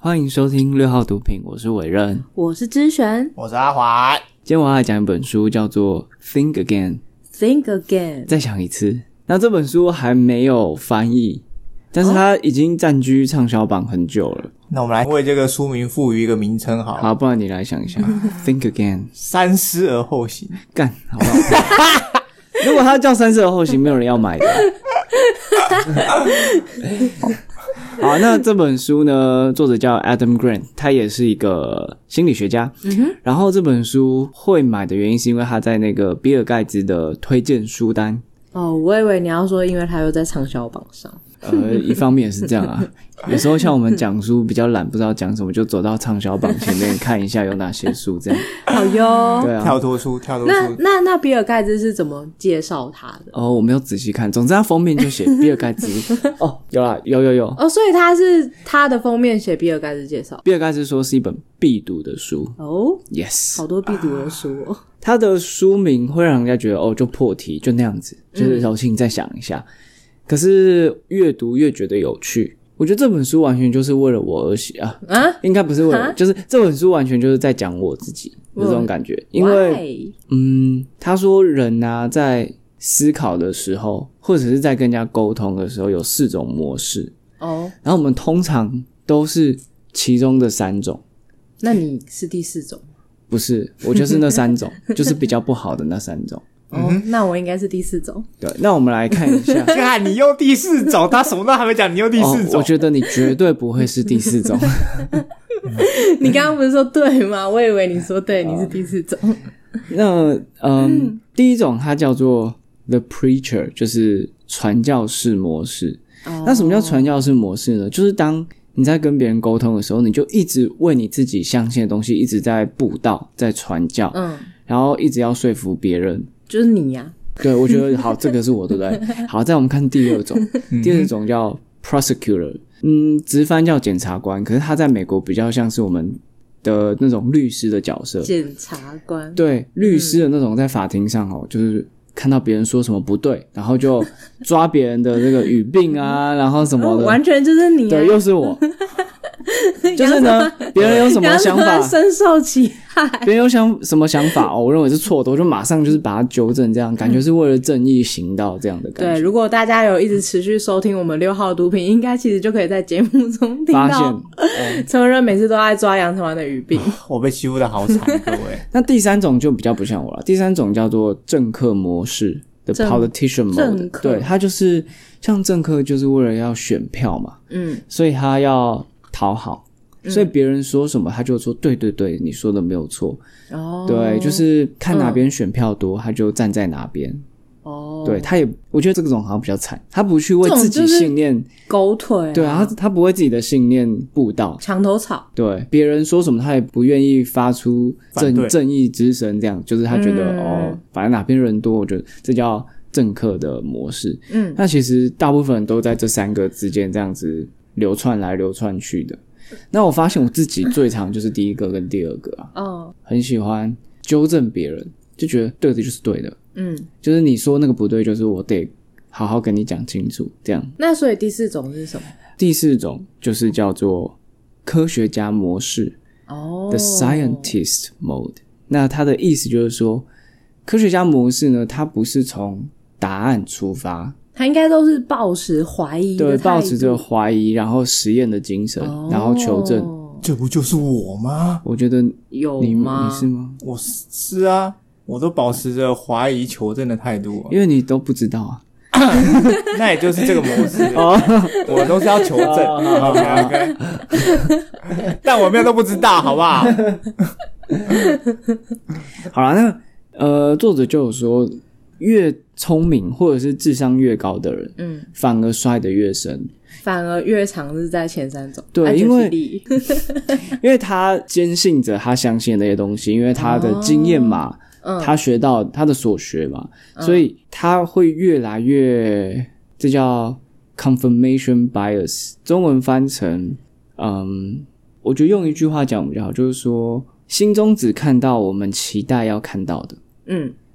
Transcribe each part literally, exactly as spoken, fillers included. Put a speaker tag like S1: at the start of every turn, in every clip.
S1: 欢迎收听六号毒品，我是伟任，
S2: 我是知璇，
S3: 我是阿华。
S1: 今天我要来讲一本书，叫做 Think Again
S2: Think Again
S1: 再想一次。那这本书还没有翻译，但是它已经占据畅销榜很久了。
S3: 那我们来为这个书名赋予一个名称好了。
S1: 好，不然你来想一下Think Again
S3: 三思而后行。
S1: 干好不好如果它叫三思而后行，没有人要买的好，那这本书呢，作者叫 Adam Grant， 他也是一个心理学家。嗯哼。然后这本书会买的原因是因为他在那个比尔盖茨的推荐书单。
S2: 哦，我以为你要说因为他又在畅销榜上。
S1: 呃，一方面也是这样啊。有时候像我们讲书比较懒，不知道讲什么，就走到畅销榜前面看一下有哪些书，这样。
S2: 好哟。
S1: 对啊。
S3: 跳脱书，跳脱书。
S2: 那那那比尔盖茨是怎么介绍他的？
S1: 哦，我没有仔细看。总之，他封面就写比尔盖茨。哦，有啦，有有有。
S2: 哦，所以他是他的封面写比尔盖茨介绍。
S1: 比尔盖茨说是一本必读的书。
S2: 哦
S1: ，yes，
S2: 好多必读的书哦。
S1: 他的书名会让人家觉得哦，就破题，就那样子，就是柔情再想一下。嗯，可是越读越觉得有趣，我觉得这本书完全就是为了我而写啊！啊，应该不是为了，就是这本书完全就是在讲我自己的这种感觉。因为，嗯，他说人啊，在思考的时候，或者是在跟人家沟通的时候，有四种模式哦。然后我们通常都是其中的三种。
S2: 那你是第四种？
S1: 不是，我就是那三种，就是比较不好的那三种。
S2: 哦，嗯，那我应该是第四种。
S1: 对，那我们来看一下。
S3: 看你用第四种，他什么都还没讲，你用第四种。
S1: 哦，我觉得你绝对不会是第四种。
S2: 你刚刚不是说对吗？我以为你说对，你是第四种。
S1: 那嗯，第一种它叫做 The Preacher， 就是传教士模式。哦，那什么叫传教士模式呢？就是当你在跟别人沟通的时候，你就一直为你自己相信的东西一直在布道，在传教，嗯，然后一直要说服别人。
S2: 就是你呀。
S1: 啊，对，我觉得好，这个是我，对不对？好，再我们看第二种，第二种叫 prosecutor， 嗯，直翻叫检察官，可是他在美国比较像是我们的那种律师的角色。
S2: 检察官，
S1: 对，律师的那种在法庭上哦，就是看到别人说什么不对，然后就抓别人的这个语病啊，然后什么的，
S2: 哦，完全就是你啊。
S1: 对，又是我。就是呢，别人有什么想法，
S2: 深受其害。
S1: 别人有想什么想法哦，我认为是错的，我就马上就是把它纠正，这样感觉是为了正义行道这样的感觉。
S2: 对，如果大家有一直持续收听我们六号毒品，应该其实就可以在节目中听到发现陈文仁每次都在抓杨成完的语病。
S3: 我被欺负的好惨，各位。
S1: 那第三种就比较不像我了，第三种叫做政客模式的 politician mode。对，他就是像政客就是为了要选票嘛，嗯，所以他要讨好，所以别人说什么他就说对对对，你说的没有错。哦，对，就是看哪边选票多，嗯，他就站在哪边。哦，对，他也，我觉得这种好像比较惨，他不去为自己信念
S2: 狗腿啊。
S1: 对啊，他他不为自己的信念布道，
S2: 墙头草。
S1: 对，别人说什么他也不愿意发出正正义之声，这样就是他觉得，嗯，哦，反正哪边人多，我觉得这叫政客的模式。嗯，那其实大部分人都在这三个之间这样子流窜来流窜去的。那我发现我自己最常就是第一个跟第二个啊，哦，很喜欢纠正别人，就觉得对的就是对的，嗯，就是你说那个不对，就是我得好好跟你讲清楚，这样。
S2: 那所以第四种是什么？
S1: 第四种就是叫做科学家模式，哦 ，The Scientist Mode。那它的意思就是说，科学家模式呢，它不是从答案出发。
S2: 他应该都是抱持怀疑的态度，
S1: 对，抱持着怀疑，然后实验的精神，哦，然后求证。
S3: 这不就是我吗？
S1: 我觉得
S2: 有
S1: 你
S2: 吗？
S1: 你是吗？
S3: 我是啊，我都保持着怀疑求证的态度，啊，
S1: 因为你都不知道啊。
S3: 那也就是这个模式哦，我都是要求证。哦，OK OK， 但我没有都不知道，好不好？
S1: 好啦，那呃，作者就有说，越聪明或者是智商越高的人，嗯，反而摔得越深，
S2: 反而越常是在前三种。
S1: 对，因为因为他坚信着他相信的那些东西，因为他的经验嘛，哦，他学到他的所学嘛，嗯，所以他会越来越，这叫 confirmation bias， 中文翻成，嗯，我觉得用一句话讲比较好，就是说心中只看到我们期待要看到的，嗯。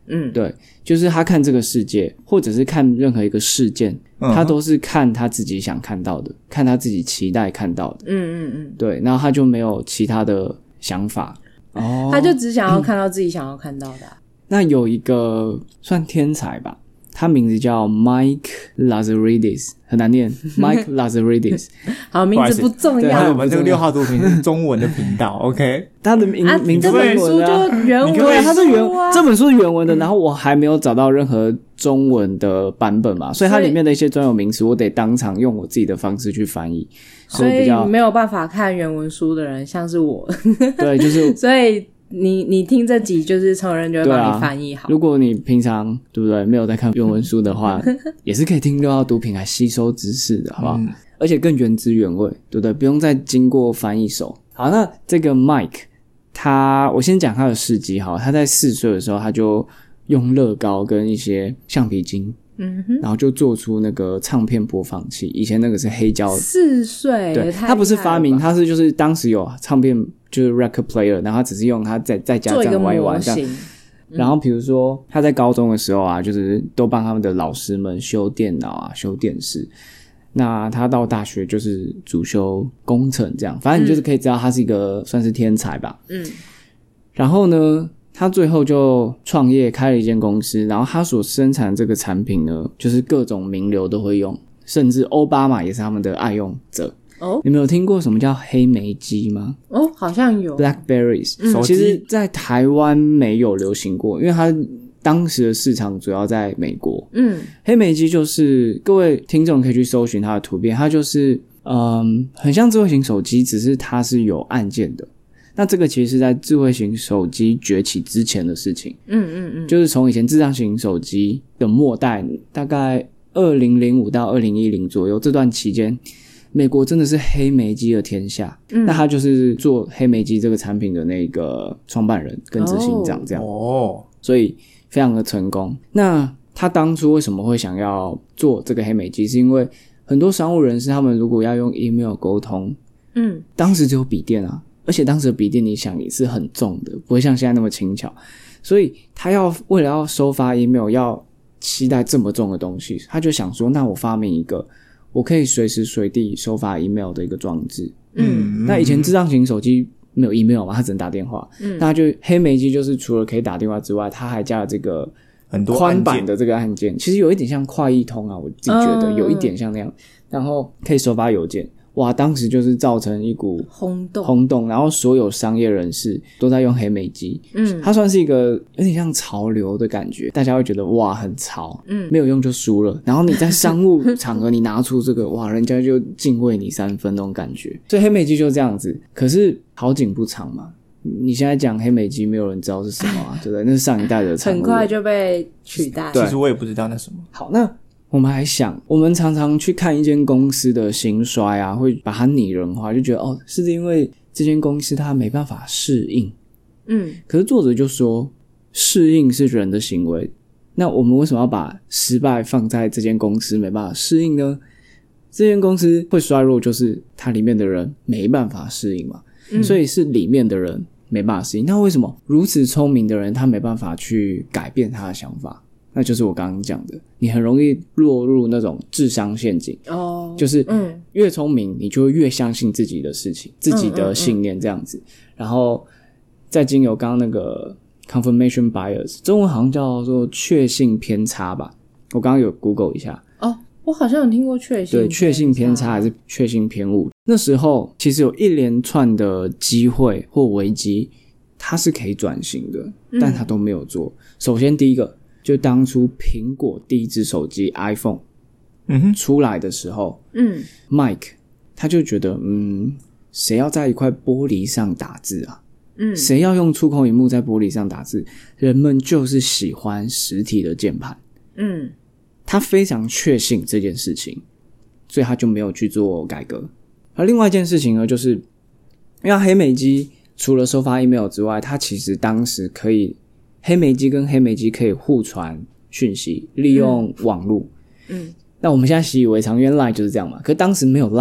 S1: 嗯，对，就是他看这个世界或者是看任何一个事件、嗯、他都是看他自己想看到的，看他自己期待看到的。嗯嗯嗯，对，然后他就没有其他的想法。哦，
S2: 他就只想要看到自己想要看到的、啊嗯、
S1: 那有一个算天才吧，他名字叫 Mike Lazaridis， 很难念Mike Lazaridis
S2: 好，名字不重要，
S3: 我们这个六号毒品是中文的频道OK
S1: 他的名、啊、名字
S2: 是原文的、啊、这本书就原文，
S1: 对，他是原这本书是原文的，然后我还没有找到任何中文的版本嘛，所以它里面的一些专有名词我得当场用我自己的方式去翻译，
S2: 所以比较没有办法看原文书的人像是我
S1: 对，就是
S2: 所以你你听这集就是成人就会帮你翻译好、
S1: 啊、如果你平常对不对没有在看原文书的话也是可以听六号毒品来吸收知识的好不好、嗯、而且更原汁原味对不对，不用再经过翻译手。好，那这个 Mike 他我先讲他的事迹好，他在四岁的时候他就用乐高跟一些橡皮筋嗯哼，然后就做出那个唱片播放器，以前那个是黑胶。
S2: 四岁，
S1: 对，他不是发明，他是就是当时有唱片就是 record player， 然后他只是用他在在家这样玩一玩这样。然后比如说他在高中的时候啊，就是都帮他们的老师们修电脑啊、修电视。那他到大学就是主修工程这样，反正你就是可以知道他是一个算是天才吧。嗯。然后呢，他最后就创业开了一间公司，然后他所生产的这个产品呢，就是各种名流都会用，甚至奥巴马也是他们的爱用者。哦，你们有听过什么叫黑莓机吗？
S2: 哦，好像有
S1: Blackberries、嗯、其实在台湾没有流行过，因为它当时的市场主要在美国。嗯，黑莓机就是各位听众可以去搜寻它的图片，它就是嗯，很像智慧型手机，只是它是有按键的。那这个其实是在智慧型手机崛起之前的事情。嗯嗯嗯，就是从以前智障型手机的末代，大概二零零五到二零一零左右这段期间，美国真的是黑莓机的天下。嗯，那他就是做黑莓机这个产品的那个创办人跟执行长这样。哦，所以非常的成功。那他当初为什么会想要做这个黑莓机，是因为很多商务人士他们如果要用 email 沟通，嗯，当时只有笔电啊，而且当时的笔电你想也是很重的，不会像现在那么轻巧，所以他要为了要收发 email 要期待这么重的东西，他就想说那我发明一个我可以随时随地收发 email 的一个装置。嗯，那以前智障型手机没有 email 嘛，他只能打电话。嗯，那就黑莓机就是除了可以打电话之外，他还加了这个
S3: 很多
S1: 宽版的这个按键，其实有一点像快易通啊，我自己觉得有一点像那样，然后可以收发邮件。哇，当时就是造成一股
S2: 轰动
S1: 轰动，然后所有商业人士都在用黑莓机。嗯，它算是一个有点像潮流的感觉，大家会觉得哇很潮，嗯，没有用就输了。然后你在商务场合你拿出这个，哇，人家就敬畏你三分那种感觉。所以黑莓机就这样子。可是好景不长嘛，你现在讲黑莓机，没有人知道是什么啊，对不对？那是上一代的产物，
S2: 很快就被取代。
S3: 其实我也不知道那什么。
S1: 好，那我们还想，我们常常去看一间公司的兴衰啊，会把它拟人化，就觉得哦，是因为这间公司它没办法适应。嗯，可是作者就说，适应是人的行为，那我们为什么要把失败放在这间公司没办法适应呢？这间公司会衰弱，就是它里面的人没办法适应嘛，嗯，所以是里面的人没办法适应。那为什么如此聪明的人他没办法去改变他的想法？那就是我刚刚讲的，你很容易落入那种智商陷阱。哦，就是越聪明你就会越相信自己的事情，自己的信念这样子，嗯嗯嗯，然后再经由刚刚那个 confirmation bias， 中文好像叫做确信偏差吧，我刚刚有 Google 一下。
S2: 哦，我好像有听过确信偏差。
S1: 对，确信偏差还是确信偏误。那时候其实有一连串的机会或危机它是可以转型的，但它都没有做。嗯，首先第一个就当初苹果第一只手机 iPhone 嗯哼出来的时候，嗯 Mike 他就觉得嗯谁要在一块玻璃上打字啊，嗯谁要用触控萤幕在玻璃上打字，人们就是喜欢实体的键盘。嗯他非常确信这件事情，所以他就没有去做改革。而另外一件事情呢，就是因为黑莓机除了收发 email 之外，它其实当时可以黑莓机跟黑莓机可以互传讯息，利用网络。嗯，那我们现在习以为常，因为 Line 就是这样嘛。可是当时没有 Line，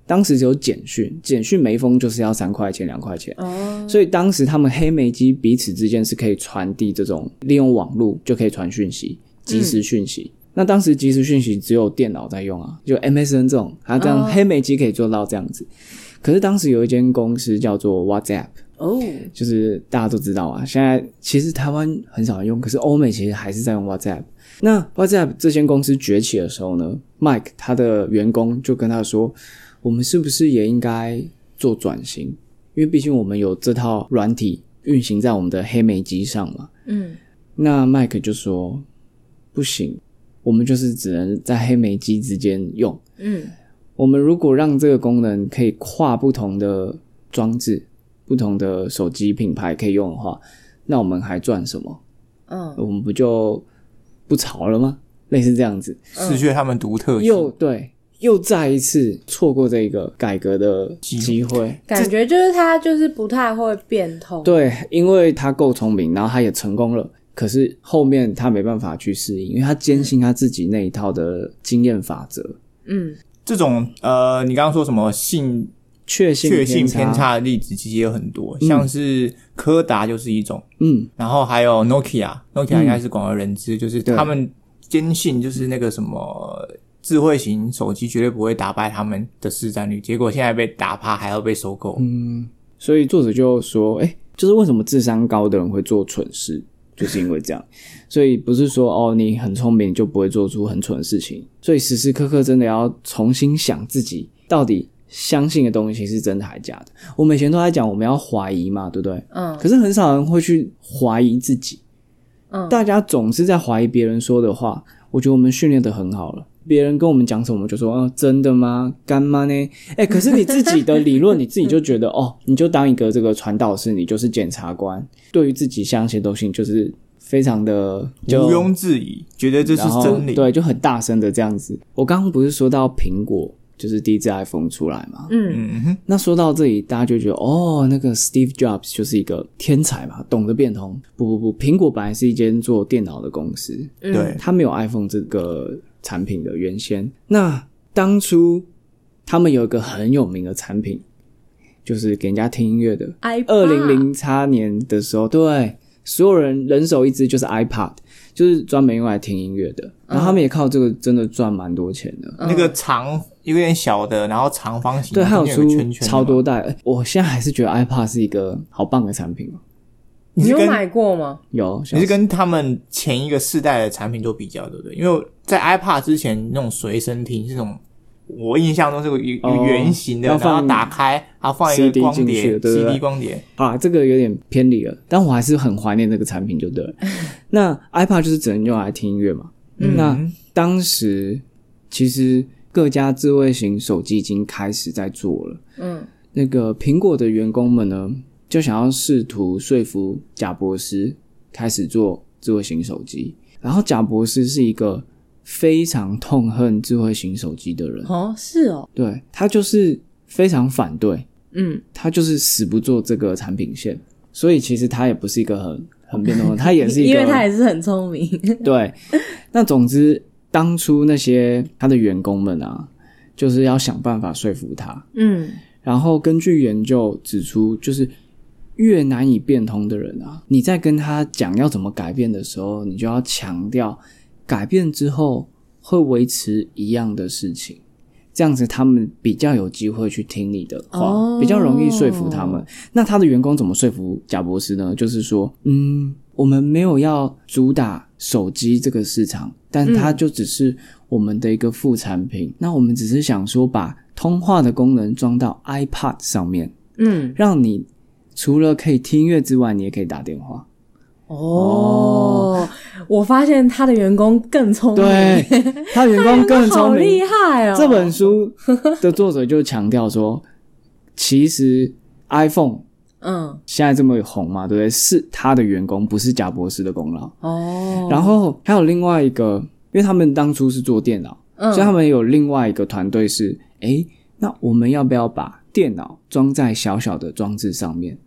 S1: 当时只有简讯，简讯每一封就是要三块钱两块钱、哦、所以当时他们黑莓机彼此之间是可以传递这种利用网络就可以传讯息，即时讯息、嗯、那当时即时讯息只有电脑在用啊，就 M S N 这种它这样黑莓机可以做到这样子、哦、可是当时有一间公司叫做 WhatsApp哦，就是大家都知道啊，现在其实台湾很少人用，可是欧美其实还是在用 WhatsApp。那 WhatsApp 这间公司崛起的时候呢 Mike 他的员工就跟他说，我们是不是也应该做转型，因为毕竟我们有这套软体运行在我们的黑莓机上嘛。嗯，那 Mike 就说不行，我们就是只能在黑莓机之间用。嗯，我们如果让这个功能可以跨不同的装置不同的手机品牌可以用的话，那我们还赚什么？嗯，我们不就不潮了吗？类似这样子，
S3: 失去他们独特性，
S1: 又对，又再一次错过这个改革的机会。
S2: 感觉就是他就是不太会变通。
S1: 对，因为他够聪明，然后他也成功了，可是后面他没办法去适应，因为他坚信他自己那一套的经验法则。嗯，
S3: 这种呃，你刚刚说什么性
S1: 确信
S3: 确信偏差的例子其实也有很多、嗯、像是柯达就是一种，嗯，然后还有 Nokia Nokia 应该是广为人知、嗯、就是他们坚信就是那个什么智慧型手机绝对不会打败他们的市占率，结果现在被打趴还要被收购。
S1: 嗯，所以作者就说诶，就是为什么智商高的人会做蠢事，就是因为这样。所以不是说哦你很聪明就不会做出很蠢的事情，所以时时刻刻真的要重新想自己到底相信的东西是真的还假的。我们以前都在讲我们要怀疑嘛，对不对？嗯。可是很少人会去怀疑自己。嗯。大家总是在怀疑别人说的话。我觉得我们训练得很好了。别人跟我们讲什么，我们就说，嗯，真的吗？干嘛呢？哎、欸，可是你自己的理论，你自己就觉得，哦，你就当一个这个传导师，你就是检察官，对于自己相信的东西，就是非常的
S3: 毋庸置疑，觉得这是真理。
S1: 对，就很大声的这样子。我刚刚不是说到苹果就是第一支 iPhone 出来嘛？嗯嗯。那说到这里，大家就觉得，哦，那个 Steve Jobs 就是一个天才嘛，懂得变通。不不不，苹果本来是一间做电脑的公司，对，他没有 iPhone 这个产品的原先。那当初他们有一个很有名的产品，就是给人家听音乐的 iPod。二零零零年的时候，对，所有人人手一支就是 iPod， 就是专门用来听音乐的。然后他们也靠这个真的赚蛮多钱的。
S3: 嗯、那个长有点小的，然后长方形，
S1: 对，还有出超多代。我现在还是觉得 iPod 是一个好棒的产品。
S2: 你有买过吗？
S1: 有。
S3: 你是跟他们前一个世代的产品做比较，对不对？因为在 iPod 之前那种随身听是那种，我印象中是个圆形的、哦、然后打开然后放一个光碟
S1: C D
S3: 光碟
S1: 啊，这个有点偏离了，但我还是很怀念这个产品就对了。那 iPod 就是只能用来听音乐嘛、嗯、那当时其实各家智慧型手机已经开始在做了。嗯，那个苹果的员工们呢就想要试图说服贾伯斯开始做智慧型手机，然后贾伯斯是一个非常痛恨智慧型手机的人。
S2: 哦，是哦。
S1: 对，他就是非常反对，嗯，他就是死不做这个产品线，所以其实他也不是一个很很变通的，他也是一个，
S2: 因为他也是很聪明。
S1: 对，那总之当初那些他的员工们啊，就是要想办法说服他，嗯，然后根据研究指出，就是越难以变通的人啊，你在跟他讲要怎么改变的时候，你就要强调改变之后会维持一样的事情，这样子他们比较有机会去听你的话、哦、比较容易说服他们。那他的员工怎么说服贾伯斯呢？就是说嗯，我们没有要主打手机这个市场，但它就只是我们的一个副产品、嗯、那我们只是想说把通话的功能装到 iPod 上面，嗯，让你除了可以听音乐之外，你也可以打电话。
S2: 哦，哦我发现他的员工更聪明，
S1: 对，他的员工更聪明，好
S2: 厉害哦！
S1: 这本书的作者就强调说，其实 iPhone 嗯现在这么红嘛，对不对？是他的员工，不是贾伯斯的功劳。哦，然后还有另外一个，因为他们当初是做电脑，嗯、所以他们有另外一个团队是，诶，那我们要不要把电脑装在小小的装置上面，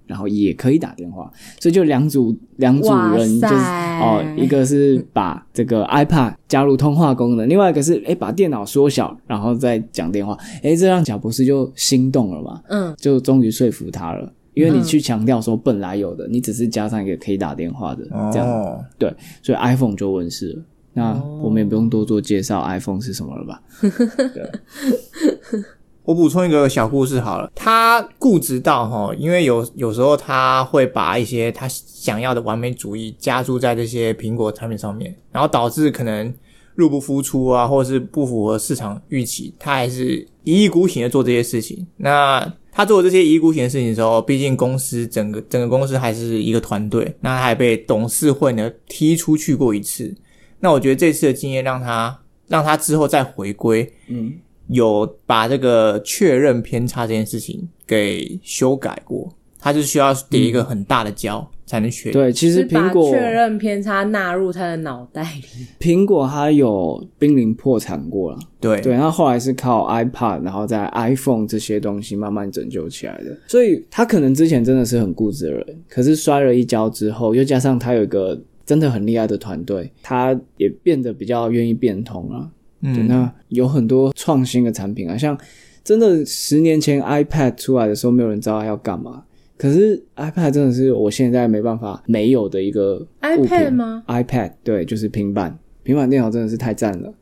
S1: 然后也可以打电话，所以就两组两组人就是哦，一个是把这个 iPad 加入通话功能，另外一个是诶把电脑缩小然后再讲电话，诶这让贾博士就心动了嘛，嗯，就终于说服他了。因为你去强调说本来有的，你只是加上一个可以打电话的这样、哦、对，所以 iPhone 就问世了。那我们也不用多做介绍 iPhone 是什么了吧。对，
S3: 我补充一个小故事好了，他固执到齁，因为有有时候他会把一些他想要的完美主义加注在这些苹果产品上面，然后导致可能入不敷出啊，或者是不符合市场预期，他还是一意孤行的做这些事情。那他做这些一意孤行的事情的时候，毕竟公司整个整个公司还是一个团队，那他还被董事会呢踢出去过一次。那我觉得这次的经验让他让他之后再回归，嗯，有把这个确认偏差这件事情给修改过，他是需要叠一个很大的胶、嗯、才能确认。
S1: 对，其实苹果
S2: 把确认偏差纳入他的脑袋里。
S1: 苹果它有濒临破产过了，
S3: 对
S1: 对，那后来是靠 iPad 然后在 iPhone 这些东西慢慢拯救起来的。所以他可能之前真的是很固执的人，可是摔了一跤之后，又加上他有一个真的很厉害的团队，他也变得比较愿意变通了。嗯，对，那有很多创新的产品啊，像真的十年前 iPad 出来的时候，没有人知道它要干嘛。可是 iPad 真的是我现在没办法没有的一个物品。
S2: iPad 吗？
S1: iPad 对，就是平板，平板电脑真的是太赞了。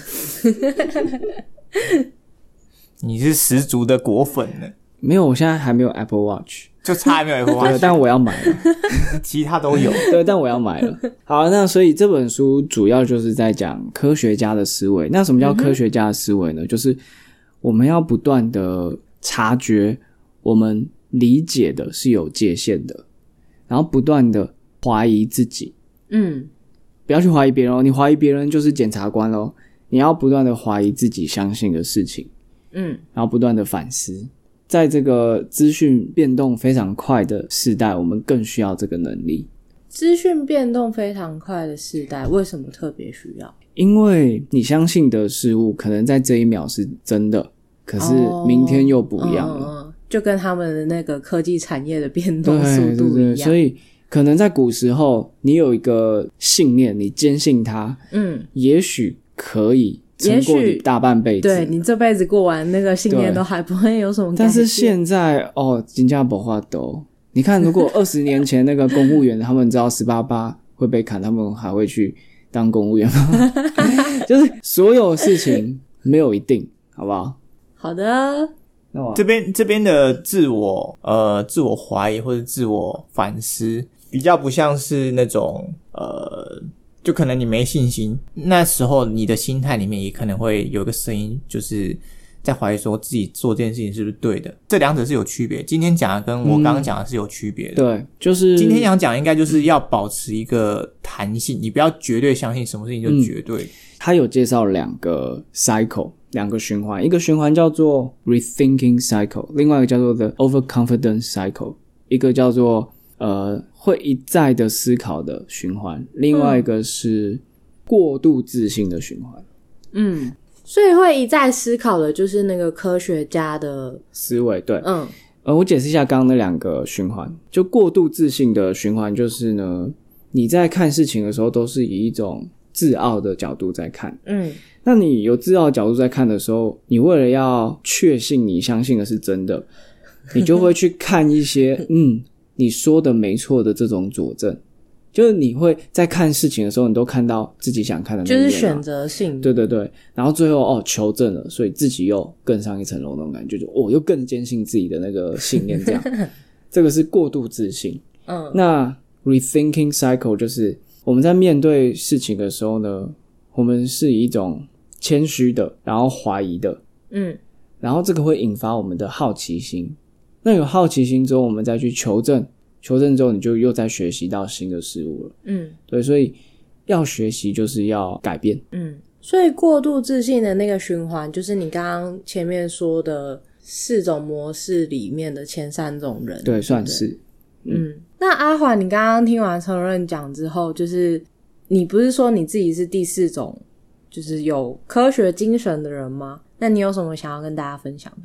S3: 你是十足的果粉呢。
S1: 没有，我现在还没有 Apple Watch，
S3: 就差还没有 Apple Watch，
S1: 对，但我要买了。
S3: 其他都有，
S1: 对，但我要买了。好，那所以这本书主要就是在讲科学家的思维。那什么叫科学家的思维呢？嗯、就是我们要不断的察觉我们理解的是有界限的，然后不断的怀疑自己。嗯，不要去怀疑别人哦，你怀疑别人就是检察官咯。你要不断的怀疑自己相信的事情。嗯，然后不断的反思。在这个资讯变动非常快的时代，我们更需要这个能力。
S2: 资讯变动非常快的时代，为什么特别需要？
S1: 因为你相信的事物可能在这一秒是真的，可是明天又不一样了。
S2: 哦嗯、就跟他们的那个科技产业的变动速度一样。对对对，
S1: 所以可能在古时候，你有一个信念，你坚信它，嗯，也许可以撑过你大半辈子，
S2: 对，你这辈子过完那个信念都还不会有什么改变。
S1: 但是现在哦，真的没办法，你看如果二十年前那个公务员他们知道十八八会被砍，他们还会去当公务员吗？就是所有事情没有一定，好不好？
S2: 好的。
S3: 这边这边的自我呃自我怀疑或者自我反思比较不像是那种呃就可能你没信心，那时候你的心态里面也可能会有一个声音，就是在怀疑说自己做这件事情是不是对的。这两者是有区别，今天讲的跟我刚刚讲的是有区别的、嗯、
S1: 对，就是
S3: 今天想讲应该就是要保持一个弹性，你不要绝对相信什么事情就绝对、嗯、
S1: 他有介绍两个 cycle， 两个循环，一个循环叫做 rethinking cycle， 另外一个叫做 the overconfidence cycle， 一个叫做呃会一再的思考的循环，另外一个是过度自信的循环。
S2: 嗯，所以会一再思考的就是那个科学家的
S1: 思维。对，嗯，呃，我解释一下刚刚那两个循环。就过度自信的循环就是呢，你在看事情的时候都是以一种自傲的角度在看。嗯，那你有自傲的角度在看的时候，你为了要确信你相信的是真的，你就会去看一些嗯你说的没错的这种佐证，就是你会在看事情的时候，你都看到自己想看的那一面、啊、
S2: 就是选择性。
S1: 对对对，然后最后哦求证了，所以自己又更上一层楼那种感觉，就哦又更坚信自己的那个信念，这样这个是过度自信。嗯，那 rethinking cycle 就是我们在面对事情的时候呢，我们是以一种谦虚的，然后怀疑的，嗯，然后这个会引发我们的好奇心。那有好奇心之后，我们再去求证，求证之后你就又再学习到新的事物了。嗯，对，所以要学习就是要改变。嗯，
S2: 所以过度自信的那个循环，就是你刚刚前面说的四种模式里面的前三种人。
S1: 对，算是。
S2: 嗯，嗯那阿环，你刚刚听完陈任讲之后，就是你不是说你自己是第四种，就是有科学精神的人吗？那你有什么想要跟大家分享的？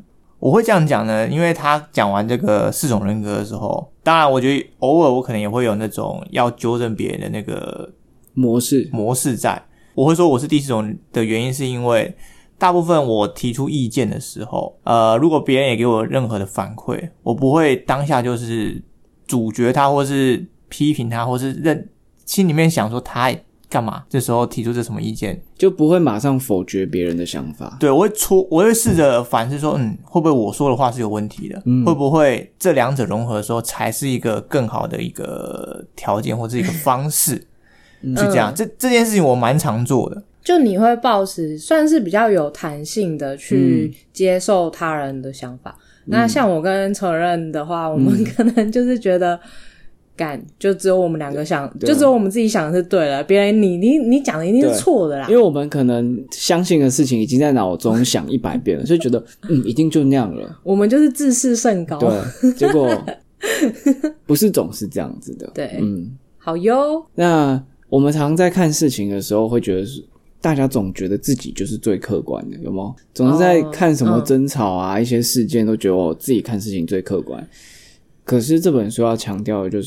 S3: 我会这样讲呢，因为他讲完这个四种人格的时候，当然我觉得偶尔我可能也会有那种要纠正别人的那个
S1: 模式
S3: 模式在。我会说我是第四种的原因是因为大部分我提出意见的时候，呃，如果别人也给我任何的反馈，我不会当下就是阻绝他，或是批评他，或是认心里面想说他干嘛，这时候提出这什么意见，
S1: 就不会马上否决别人的想法。
S3: 对，我会出，我会试着反思说，嗯，会不会我说的话是有问题的？嗯，会不会这两者融合的时候才是一个更好的一个条件或者一个方式去这样？嗯、这这件事情我蛮常做的。
S2: 就你会抱持算是比较有弹性的去接受他人的想法。嗯、那像我跟承认的话，我们可能就是觉得。干就只有我们两个想，就只有我们自己想的是对的，别人你你你讲的一定是错的啦。
S1: 因为我们可能相信的事情已经在脑中想一百遍了，所以觉得嗯，一定就那样了。
S2: 我们就是自视甚高，
S1: 对，结果不是总是这样子的。
S2: 对，嗯，好哟。
S1: 那我们常在看事情的时候，会觉得是大家总觉得自己就是最客观的，有没有？总是在看什么争吵啊，哦嗯、一些事件都觉得我自己看事情最客观。可是这本书要强调的就是，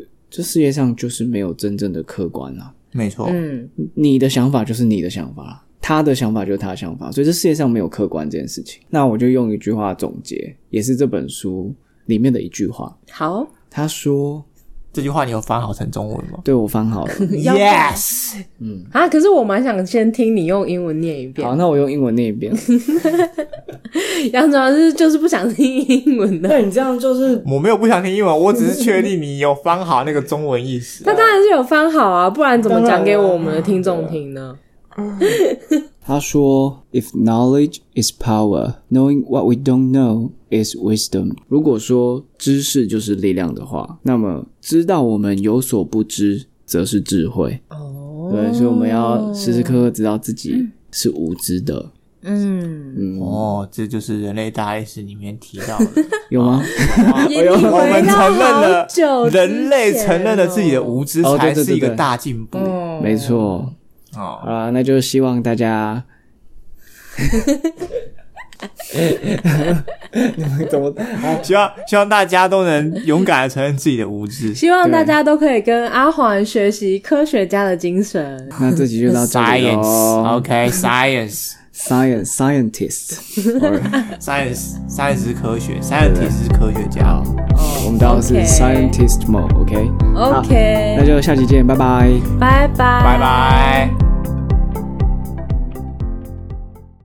S1: 这世界上就是没有真正的客观啊。
S3: 没错，
S2: 嗯，
S1: 你的想法就是你的想法，他的想法就是他的想法，所以这世界上没有客观这件事情。那我就用一句话总结，也是这本书里面的一句话。
S2: 好，
S1: 他说。
S3: 这句话你有翻好成中文吗？
S1: 对，我翻好了。
S3: Yes。
S2: 嗯啊，可是我蛮想先听你用英文念一遍。
S1: 好，那我用英文念一遍。
S2: 杨主要是就是不想听英文的。
S1: 那你这样就是
S3: 我没有不想听英文，我只是确定你有翻好那个中文意思。
S2: 他当然是有翻好啊，不然怎么讲给我们的听众听呢？
S1: 他说 If knowledge is power, knowing what we don't know is wisdom. 如果说知识就是力量的话，那么知道我们有所不知则是智慧。
S2: 哦，
S1: 对，所以我们要时时刻刻知道自己是无知的。
S2: 嗯
S3: 嗯，哦，这就是人类大历史里面提到的。
S1: 有吗？
S2: 有吗？
S3: 我们承认了
S2: 人
S3: 类承认了自己的无知才是一个大进步。
S1: 哦、对对对对没错。
S3: 哦，
S1: 好啦，那就希望大家你们怎么、啊、
S3: 希望希望大家都能勇敢的承认自己的无知，
S2: 希望大家都可以跟阿环学习科学家的精神。
S1: 那这集就到这里
S3: 咯。OK Science
S1: Science Scientist
S3: Science Science 是科学 Scientist 是科学家。
S1: 哦，我们到的是 Scientist Mode。 OK
S2: OK，
S1: 那就下期见，拜拜
S2: 拜拜
S3: 拜拜。